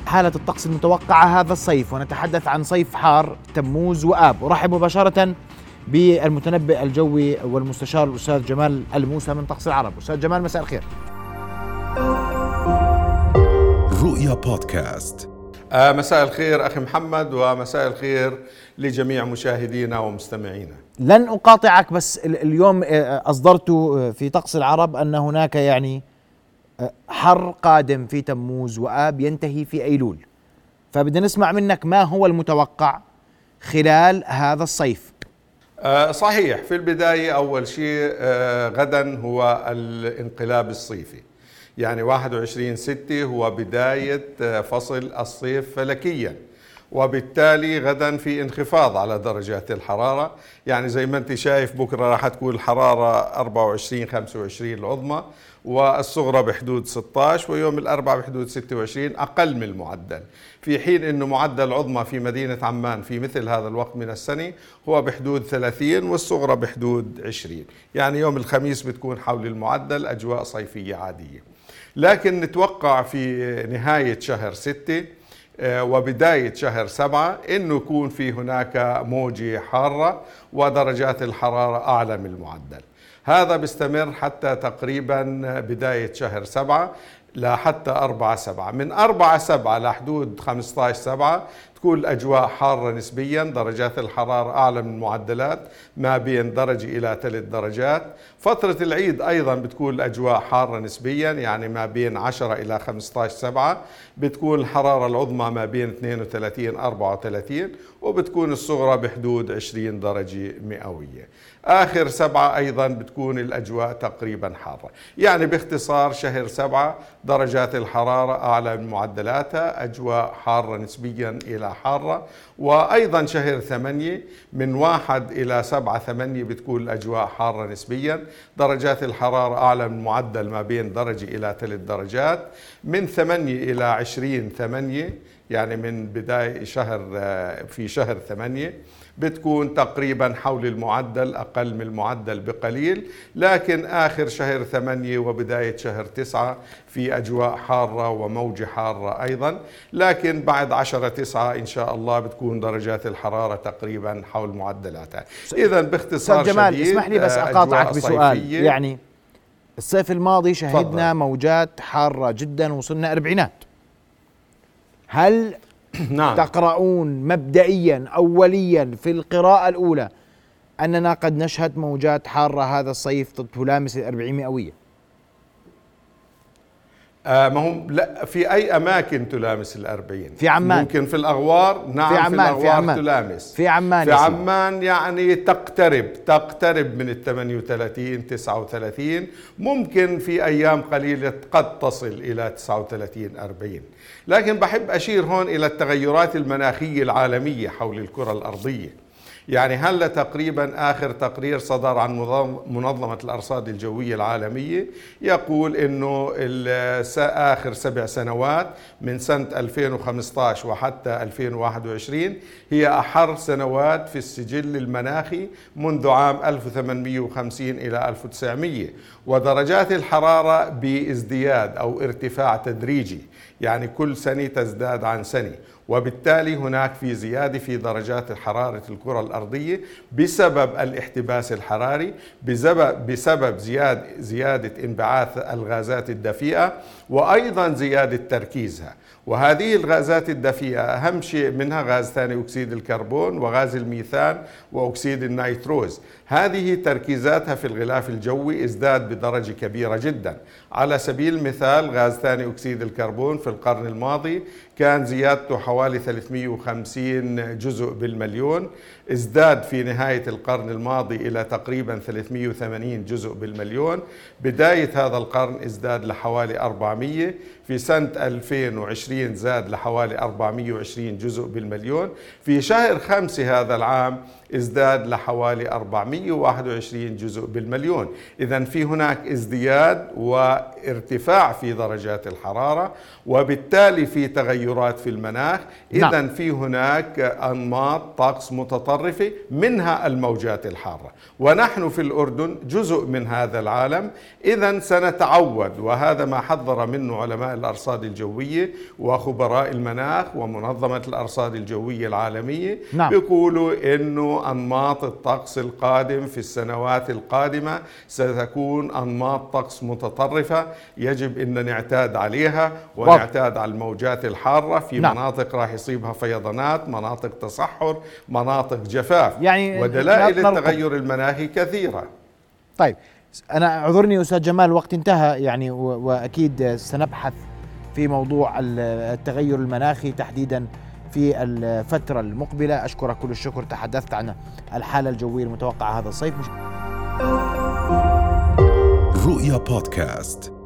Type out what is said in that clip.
حالة الطقس المتوقعة هذا الصيف، ونتحدث عن صيف حار تموز وآب. أرحب مباشرة بالمتنبئ الجوي والمستشار الأستاذ جمال الموسى من طقس العرب. أستاذ جمال، مساء الخير. رؤيا بودكاست. مساء الخير أخي محمد، ومساء الخير لجميع مشاهدينا ومستمعينا. لن أقاطعك، بس اليوم أصدرت في طقس العرب أن هناك حر قادم في تموز وآب ينتهي في أيلول، فبدنا نسمع منك ما هو المتوقع خلال هذا الصيف. صحيح، في البداية أول شيء غدا هو الانقلاب الصيفي، يعني 21/6 هو بداية فصل الصيف فلكيا، وبالتالي غدا في انخفاض على درجات الحرارة. يعني زي ما انت شايف بكرة راح تكون الحرارة 24-25 العظمى، والصغرى بحدود 16، ويوم الأربعاء بحدود 26، أقل من المعدل، في حين أنه معدل العظمى في مدينة عمان في مثل هذا الوقت من السنة هو بحدود 30 والصغرى بحدود 20. يعني يوم الخميس بتكون حول المعدل، أجواء صيفية عادية. لكن نتوقع في نهاية شهر 6 وبداية شهر 7 أنه يكون في هناك موجة حارة ودرجات الحرارة أعلى من المعدل. هذا بيستمر حتى تقريبا بداية شهر 7 لحتى 4/7. من 4/7 لحدود 15/7 تكون الأجواء حارة نسبيا، درجات الحرارة أعلى من المعدلات، ما بين درجة إلى 3 درجات. فترة العيد أيضا بتكون الأجواء حارة نسبيا، يعني ما بين 10 إلى 15/7 بتكون الحرارة العظمى ما بين 32-34، وبتكون الصغرى بحدود 20 درجة مئوية. آخر 7 أيضا بتكون الأجواء تقريبا حارة. يعني باختصار شهر 7 درجات الحرارة أعلى من معدلاتها، أجواء حارة نسبيا إلى حارة. وأيضا شهر 8 من 1 إلى 7/8 بتكون الأجواء حارة نسبيا، درجات الحرارة أعلى من معدل ما بين درجة إلى 3 درجات. من 8 إلى 20/8 يعني من بداية في شهر 8 بتكون تقريبا حول المعدل، أقل من المعدل بقليل. لكن آخر شهر 8 وبداية شهر 9 في أجواء حارة وموجة حارة أيضا. لكن بعد 10/9 إن شاء الله بتكون درجات الحرارة تقريبا حول معدلاتها. إذا باختصار جمال، شديد، اسمح لي بس أقاطعك بسؤال. يعني الصيف الماضي شهدنا موجات حارة جدا، وصلنا 40. هل نعم. تقرؤون مبدئيا أوليا في القراءة الأولى أننا قد نشهد موجات حارة هذا الصيف تلامس 40 مئوية؟ ما هم لا، في أي أماكن تلامس 40؟ في عمان ممكن في الأغوار. نعم، في الأغوار تلامس. في عمان يعني تقترب من 38-39. ممكن في أيام قليلة قد تصل إلى 39-40. لكن بحب أشير هون إلى التغيرات المناخية العالمية حول الكرة الأرضية. يعني هلا تقريبا آخر تقرير صدر عن منظمة الأرصاد الجوية العالمية يقول إنه آخر 7 سنوات من سنة 2015 وحتى 2021 هي أحر سنوات في السجل المناخي منذ عام 1850 إلى 1900. ودرجات الحرارة بازدياد أو ارتفاع تدريجي، يعني كل سنة تزداد عن سنة. وبالتالي هناك في زيادة في درجات حرارة الكرة الأرضية بسبب الاحتباس الحراري، بسبب زيادة انبعاث الغازات الدفيئة، وأيضا زيادة تركيزها. وهذه الغازات الدفيئة أهم شيء منها غاز ثاني أكسيد الكربون وغاز الميثان وأكسيد النيتروز. هذه تركيزاتها في الغلاف الجوي ازداد بدرجة كبيرة جدا. على سبيل المثال غاز ثاني أكسيد الكربون في القرن الماضي كان زيادته حوالي 350 جزء بالمليون، ازداد في نهاية القرن الماضي إلى تقريبا 380 جزء بالمليون. بداية هذا القرن ازداد لحوالي 400. في سنة 2020 زاد لحوالي 420 جزء بالمليون. في شهر 5 هذا العام ازداد لحوالي 421 جزء بالمليون. إذن في هناك ازدياد وارتفاع في درجات الحرارة، وبالتالي في تغيرات في المناخ. إذن في هناك أنماط طقس متطرفة، منها الموجات الحارة، ونحن في الأردن جزء من هذا العالم. إذن سنتعود، وهذا ما حذر منه علماء الأرصاد الجوية وخبراء المناخ ومنظمة الأرصاد الجوية العالمية. بيقولوا إنه أنماط الطقس القادم في السنوات القادمة ستكون أنماط طقس متطرفة، يجب أن نعتاد عليها ونعتاد على الموجات الحارة. في مناطق راح يصيبها فيضانات، مناطق تصحر، مناطق جفاف، يعني ودلائل التغير المناخي كثيرة. طيب أنا أعذرني أستاذ جمال، الوقت انتهى يعني، وأكيد سنبحث في موضوع التغير المناخي تحديدا في الفترة المقبلة. أشكرك كل الشكر، تحدثت عن الحالة الجوية المتوقعة هذا الصيف. رؤيا بودكاست.